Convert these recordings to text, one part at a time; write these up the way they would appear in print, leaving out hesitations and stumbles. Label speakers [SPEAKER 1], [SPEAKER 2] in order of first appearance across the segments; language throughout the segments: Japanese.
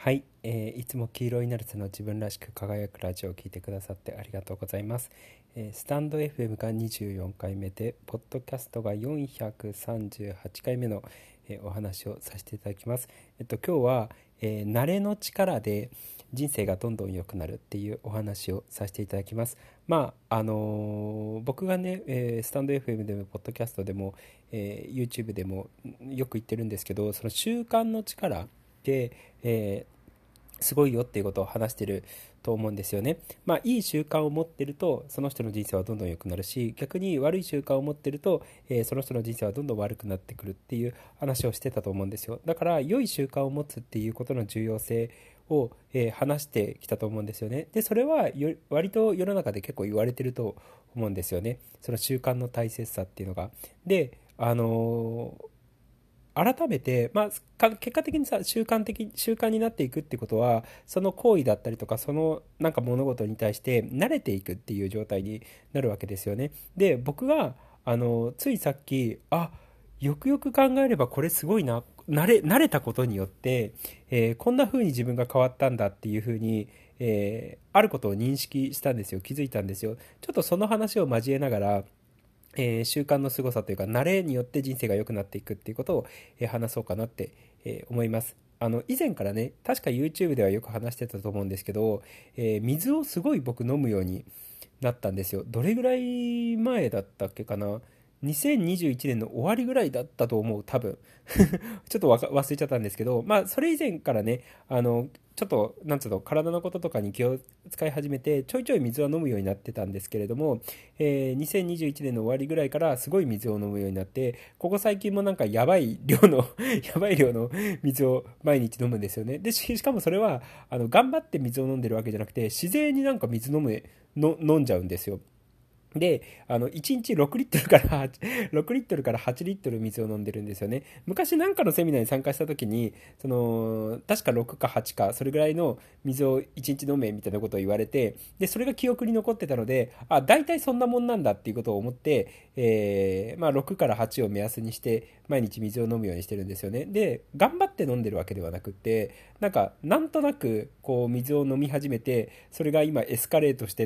[SPEAKER 1] はい、いつも黄色いナルセの自分らしく輝くラジオを聞いてくださってありがとうございます。スタンド FM が24回目で、ポッドキャストが438回目の、お話をさせていただきます。今日は、慣れの力で人生がどんどん良くなるっていうお話をさせていただきます。僕がね、スタンド FM でもポッドキャストでも、YouTube でもよく言ってるんですけど、その習慣の力で、すごいよっていうことを話してると思うんですよね。いい習慣を持ってるとその人の人生はどんどん良くなるし、逆に悪い習慣を持ってると、その人の人生はどんどん悪くなってくるっていう話をしてたと思うんですよ。だから良い習慣を持つっていうことの重要性を、話してきたと思うんですよね。でそれは割と世の中で結構言われてると思うんですよね。その習慣の大切さっていうのが。で改めて、結果的に習慣になっていくってことは、その行為だったりとか、そのなんか物事に対して慣れていくっていう状態になるわけですよね。で僕がついさっきよくよく考えればこれすごいな、慣れたことによって、こんな風に自分が変わったんだっていう風に、あることを認識したんですよ。気づいたんですよ。ちょっとその話を交えながら、習慣の凄さというか慣れによって人生が良くなっていくっていうことを、話そうかなって、思います。以前からね、確か YouTube ではよく話してたと思うんですけど、水をすごい僕飲むようになったんですよ。どれぐらい前だったっけかな。2021年の終わりぐらいだったと思う、多分。ちょっと忘れちゃったんですけど、それ以前からね、ちょっと、なんつうの、体のこととかに気を使い始めて、ちょいちょい水は飲むようになってたんですけれども、2021年の終わりぐらいからすごい水を飲むようになって、ここ最近もなんかやばい量のやばい量の水を毎日飲むんですよね。で、しかもそれは、頑張って水を飲んでるわけじゃなくて、自然になんか飲んじゃうんですよ。で、1日6リットルから6リットルから8リットル水を飲んでるんですよね。昔なんかのセミナーに参加した時に、確か6か8か、それぐらいの水を1日飲めみたいなことを言われて、で、それが記憶に残ってたので、大体そんなもんなんだっていうことを思って、6から8を目安にして、毎日水を飲むようにしてるんですよね。で、頑張って飲んでるわけではなくって、なんとなく、こう、水を飲み始めて、それが今エスカレートしてって、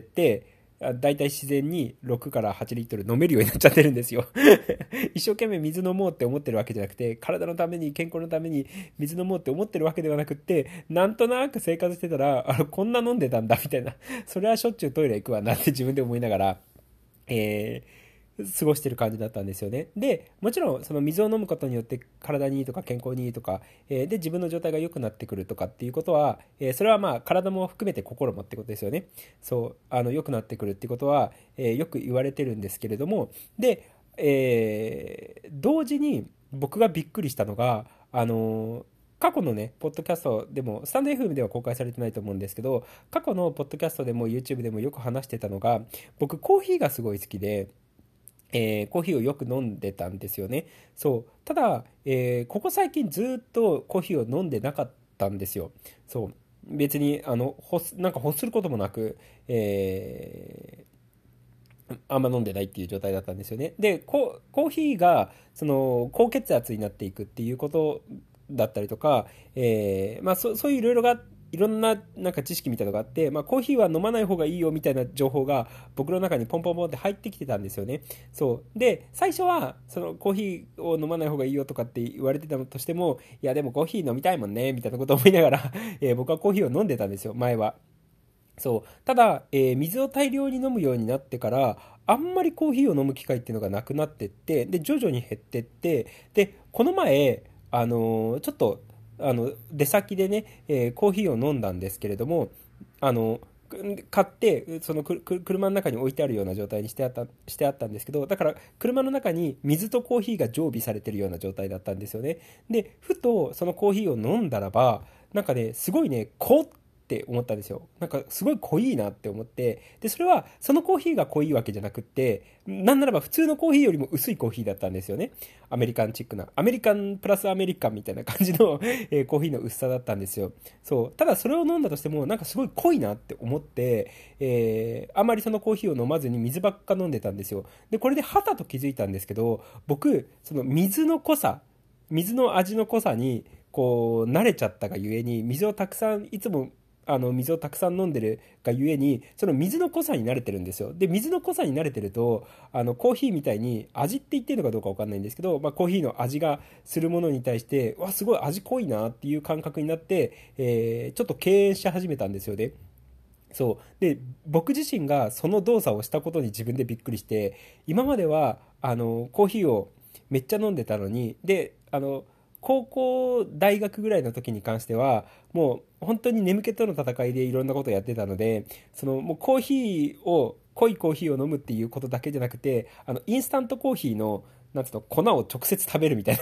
[SPEAKER 1] だいたい自然に6から8リットル飲めるようになっちゃってるんですよ。一生懸命水飲もうって思ってるわけじゃなくて、体のために健康のために水飲もうって思ってるわけではなくって、なんとなく生活してたら、こんな飲んでたんだみたいな、それはしょっちゅうトイレ行くわなって自分で思いながら、え過ごしてる感じだったんですよね。で、もちろんその水を飲むことによって体にいいとか健康にいいとか、で自分の状態が良くなってくるとかっていうことは、それは体も含めて心もってことですよね。そう良くなってくるっていうことは、よく言われてるんですけれども、で、同時に僕がびっくりしたのが過去のね、ポッドキャストでも、スタンド FM では公開されてないと思うんですけど、過去のポッドキャストでも YouTube でもよく話してたのが、僕コーヒーがすごい好きで、コーヒーをよく飲んでたんですよね。そう。ただ、ここ最近ずっとコーヒーを飲んでなかったんですよ。そう。別に、なんか欲することもなく、あんま飲んでないっていう状態だったんですよね。で、コーヒーが、高血圧になっていくっていうことだったりとか、そういういろんななんか知識みたいなのがあって、コーヒーは飲まない方がいいよみたいな情報が僕の中にポンポンポンって入ってきてたんですよね。そう。で、最初は、そのコーヒーを飲まない方がいいよとかって言われてたとしても、いやでもコーヒー飲みたいもんね、みたいなことを思いながら僕はコーヒーを飲んでたんですよ、前は。そう。ただ、水を大量に飲むようになってから、あんまりコーヒーを飲む機会っていうのがなくなってって、で、徐々に減ってって、で、この前、ちょっと、出先でね、コーヒーを飲んだんですけれども、あの、買って、車の中に置いてあるような状態にしてあったんですけど、だから、車の中に水とコーヒーが常備されてるような状態だったんですよね。で、ふと、そのコーヒーを飲んだらば、なんかね、すごいね、って思ったんですよ。なんかすごい濃いなって思って、で、それはそのコーヒーが濃いわけじゃなくって、なんならば普通のコーヒーよりも薄いコーヒーだったんですよね。アメリカンチックな。アメリカンプラスアメリカンみたいな感じのコーヒーの薄さだったんですよ。そう。ただそれを飲んだとしても、なんかすごい濃いなって思って、あんまりそのコーヒーを飲まずに水ばっか飲んでたんですよ。で、これではたと気づいたんですけど、僕、その水の味の濃さに、 こう慣れちゃったがゆえに、水をたくさんいつも水をたくさん飲んでるがゆえに、その水の濃さに慣れてるんですよ。で、水の濃さに慣れてると、コーヒーみたいに味って言ってるのかどうかわかんないんですけど、コーヒーの味がするものに対して、わ、すごい味濃いなっていう感覚になって、ちょっと敬遠し始めたんですよね。そう。で、僕自身がその動作をしたことに自分でびっくりして、今までは、コーヒーをめっちゃ飲んでたのに、で、高校、大学ぐらいの時に関しては、もう本当に眠気との戦いでいろんなことをやってたので、もうコーヒーを、濃いコーヒーを飲むっていうことだけじゃなくて、インスタントコーヒーの、なんつうの、粉を直接食べるみたいな。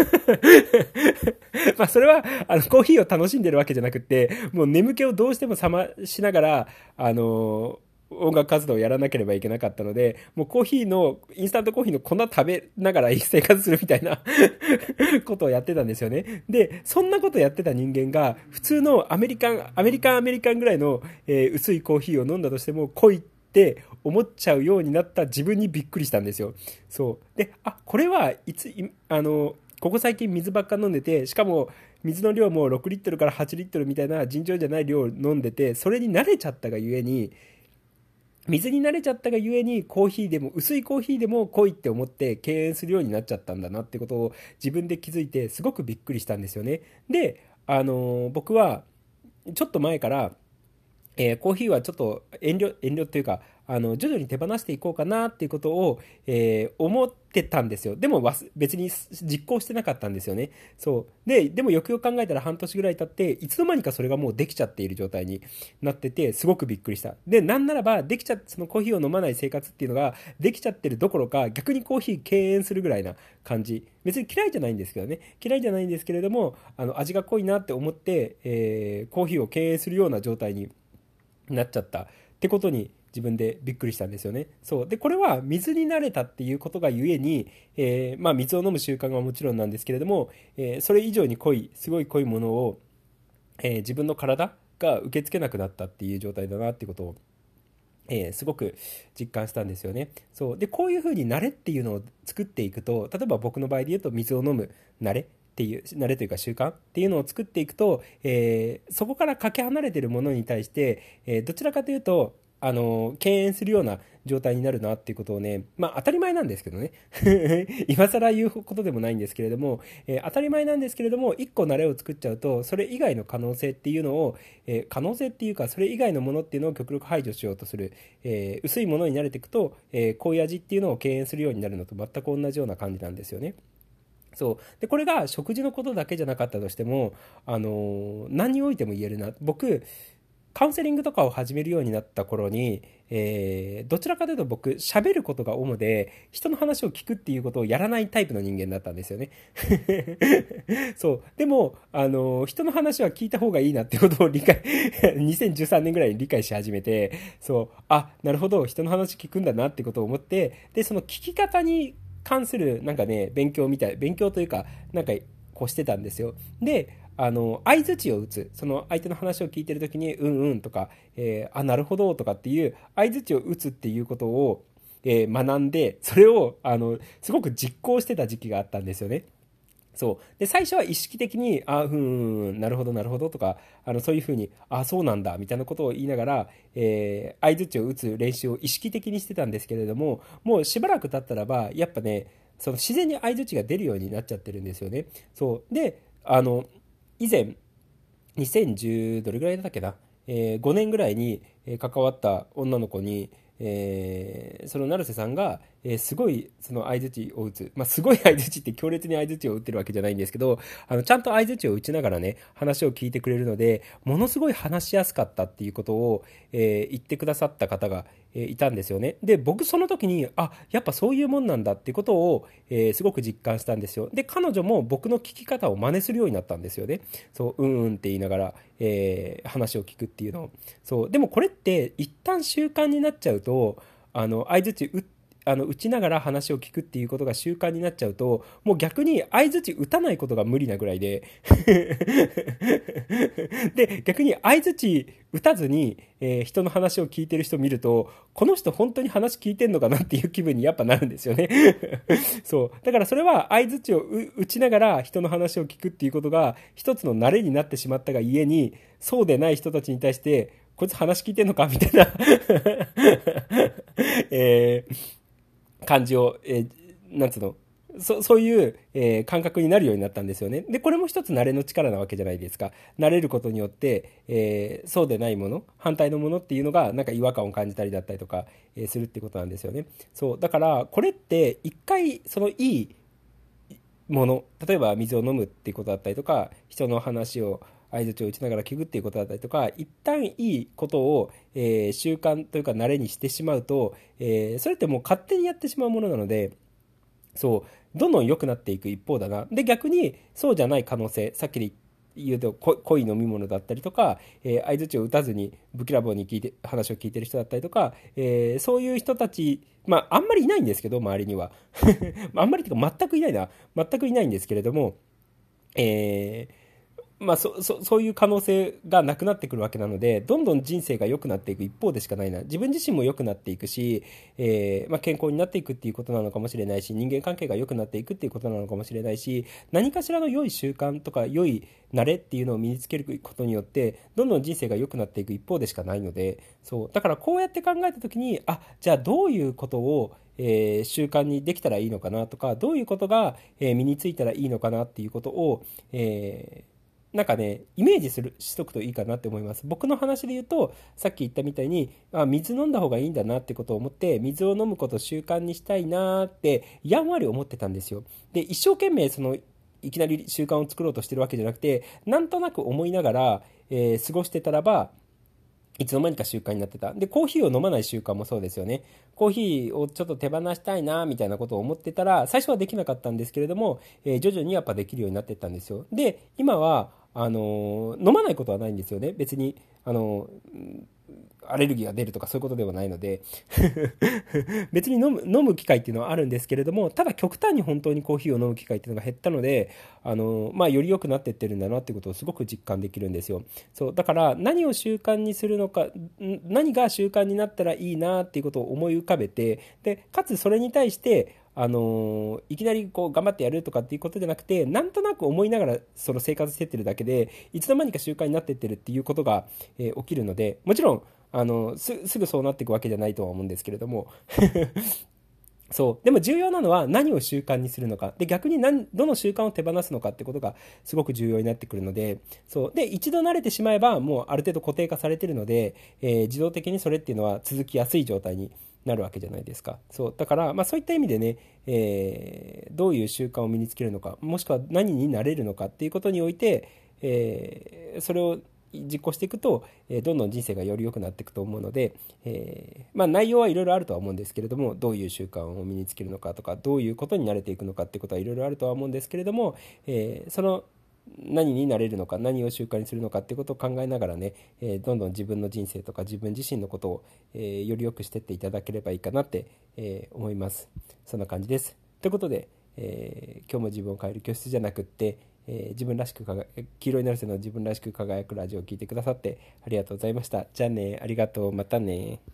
[SPEAKER 1] それは、コーヒーを楽しんでるわけじゃなくて、もう眠気をどうしても覚ましながら、音楽活動をやらなければいけなかったので、もうコーヒーの、インスタントコーヒーの粉食べながら生活するみたいなことをやってたんですよね。で、そんなことやってた人間が、普通のアメリカンぐらいの、薄いコーヒーを飲んだとしても、濃いって思っちゃうようになった自分にびっくりしたんですよ。そう。で、これはいつ、ここ最近水ばっか飲んでて、しかも水の量も6リットルから8リットルみたいな尋常じゃない量を飲んでて、それに慣れちゃったがゆえに、水に慣れちゃったがゆえに、コーヒーでも薄いコーヒーでも濃いって思って敬遠するようになっちゃったんだなってことを自分で気づいて、すごくびっくりしたんですよね。で、僕はちょっと前から、コーヒーはちょっと遠慮っていうか、徐々に手放していこうかなっていうことを、思ってたんですよ。でも別に実行してなかったんですよね。そう。でもよくよく考えたら半年ぐらい経って、いつの間にかそれがもうできちゃっている状態になってて、すごくびっくりした。で、なんならば、そのコーヒーを飲まない生活っていうのができちゃってるどころか、逆にコーヒー敬遠するぐらいな感じ。別に嫌いじゃないんですけどね。嫌いじゃないんですけれども、味が濃いなって思って、コーヒーを敬遠するような状態になっちゃったってことに自分でびっくりしたんですよね。そうで、これは水に慣れたっていうことがゆえに、水を飲む習慣はもちろんなんですけれども、それ以上にすごい濃いものを、自分の体が受け付けなくなったっていう状態だなっていうことを、すごく実感したんですよね。そうで、こういうふうに慣れっていうのを作っていくと、例えば僕の場合で言うと水を飲む慣れというか習慣っていうのを作っていくと、そこからかけ離れているものに対して、どちらかというと敬遠するような状態になるなっていうことをね、当たり前なんですけどね今更言うことでもないんですけれども、当たり前なんですけれども、一個慣れを作っちゃうと、それ以外の可能性っていうのを、可能性っていうか、それ以外のものっていうのを極力排除しようとする、薄いものに慣れていくと、濃い味っていうのを敬遠するようになるのと全く同じような感じなんですよね。そうで、これが食事のことだけじゃなかったとしても、何においても言えるな。僕カウンセリングとかを始めるようになった頃に、どちらかというと僕喋ることが主で、人の話を聞くっていうことをやらないタイプの人間だったんですよねそうでも人の話は聞いた方がいいなってことを2013年ぐらいに理解し始めて、なるほど、人の話聞くんだなってことを思って、でその聞き方に関するなんかね、勉強というか、なんかこうしてたんですよ。で相槌を打つ、その相手の話を聞いてる時にうんうんとか、なるほどとかっていう相槌を打つっていうことを、学んで、それをすごく実行してた時期があったんですよね。そうで、最初は意識的になるほどなるほどとか、そういうふうにそうなんだみたいなことを言いながら、相槌を打つ練習を意識的にしてたんですけれども、もうしばらく経ったらばやっぱね、その自然に相槌が出るようになっちゃってるんですよね。そうで、以前2010どれぐらいだったっけな、5年ぐらいに関わった女の子に、その成瀬さんが、すごいその相槌を打つ、すごい相槌って強烈に相槌を打ってるわけじゃないんですけど、ちゃんと相槌を打ちながらね、話を聞いてくれるので、ものすごい話しやすかったっていうことを、言ってくださった方が、いたんですよね。で、僕その時にやっぱそういうもんなんだっていうことを、すごく実感したんですよ。で、彼女も僕の聞き方を真似するようになったんですよね。そううんうんって言いながら、話を聞くっていうのを。そうでもこれって一旦習慣になっちゃうと、相槌打ちながら話を聞くっていうことが習慣になっちゃうと、もう逆に相槌打たないことが無理なぐらいでで、逆に相槌打たずに、人の話を聞いてる人を見ると、この人本当に話聞いてんのかなっていう気分にやっぱなるんですよねそう。だからそれは相槌を打ちながら人の話を聞くっていうことが一つの慣れになってしまったがゆえに、そうでない人たちに対して、こいつ話聞いてんのかみたいなえ感じを、なんつうの、そういう、感覚になるようになったんですよね。で、これも一つ慣れの力なわけじゃないですか。慣れることによって、そうでないもの、反対のものっていうのが、なんか違和感を感じたりだったりとか、するってことなんですよね。そう。だから、これって、一回、そのいいもの、例えば水を飲むっていうことだったりとか、人の話を相槌を打ちながら聞くっていうことだったりとか、一旦いいことを、習慣というか慣れにしてしまうと、それってもう勝手にやってしまうものなので、そうどんどん良くなっていく一方だな。で、逆にそうじゃない可能性、さっきで言うと濃い飲み物だったりとか、相槌を打たずにぶきらぼうに話を聞いてる人だったりとか、そういう人たち、まああんまりいないんですけど、周りにはあんまりっていうか全くいないな、全くいないんですけれども、えーまあ、そういう可能性がなくなってくるわけなので、どんどん人生が良くなっていく一方でしかないな。自分自身も良くなっていくし、まあ、健康になっていくっていうことなのかもしれないし、人間関係が良くなっていくっていうことなのかもしれないし、何かしらの良い習慣とか良い慣れっていうのを身につけることによって、どんどん人生が良くなっていく一方でしかないので、そう。だからこうやって考えたときに、あ、じゃあどういうことを習慣にできたらいいのかなとか、どういうことが、身についたらいいのかなっていうことを、なんかね、イメージしとくといいかなって思います。僕の話で言うと、さっき言ったみたいに、水飲んだ方がいいんだなってことを思って、水を飲むことを習慣にしたいなって、やんわり思ってたんですよ。で、一生懸命いきなり習慣を作ろうとしてるわけじゃなくて、なんとなく思いながら、過ごしてたらば、いつの間にか習慣になってた。で、コーヒーを飲まない習慣もそうですよね。コーヒーをちょっと手放したいな、みたいなことを思ってたら、最初はできなかったんですけれども、徐々にやっぱできるようになっていったんですよ。で、今は、飲まないことはないんですよね。別に、アレルギーが出るとかそういうことではないので別に飲む機会っていうのはあるんですけれども、ただ極端に本当にコーヒーを飲む機会っていうのが減ったので、まあ、より良くなっていってるんだなっていうことをすごく実感できるんですよ。そうだから何を習慣にするのか、何が習慣になったらいいなっていうことを思い浮かべて、でかつそれに対していきなりこう頑張ってやるとかっていうことじゃなくて、なんとなく思いながらその生活してってるだけで、いつの間にか習慣になってってるっていうことが、起きるので、もちろんすぐそうなっていくわけじゃないとは思うんですけれどもそう。でも重要なのは何を習慣にするのか。で、逆にどの習慣を手放すのかってことがすごく重要になってくるので、そう。で、一度慣れてしまえばもうある程度固定化されてるので、自動的にそれっていうのは続きやすい状態になるわけじゃないですか。そう。だから、まあそういった意味でね、どういう習慣を身につけるのか、もしくは何になれるのかっていうことにおいて、それを実行していくと、どんどん人生がより良くなっていくと思うので、まあ、内容はいろいろあるとは思うんですけれども、どういう習慣を身につけるのかとか、どういうことに慣れていくのかっていうことはいろいろあるとは思うんですけれども、その何になれるのか、何を習慣にするのかっていうことを考えながらね、どんどん自分の人生とか自分自身のことを、より良くしていっていただければいいかなって、思います。そんな感じです。ということで、今日も自分を変える教室じゃなくって、自分らしく黄色いナルセの自分らしく輝くラジオを聞いてくださってありがとうございました。じゃあね、ありがとう、またね。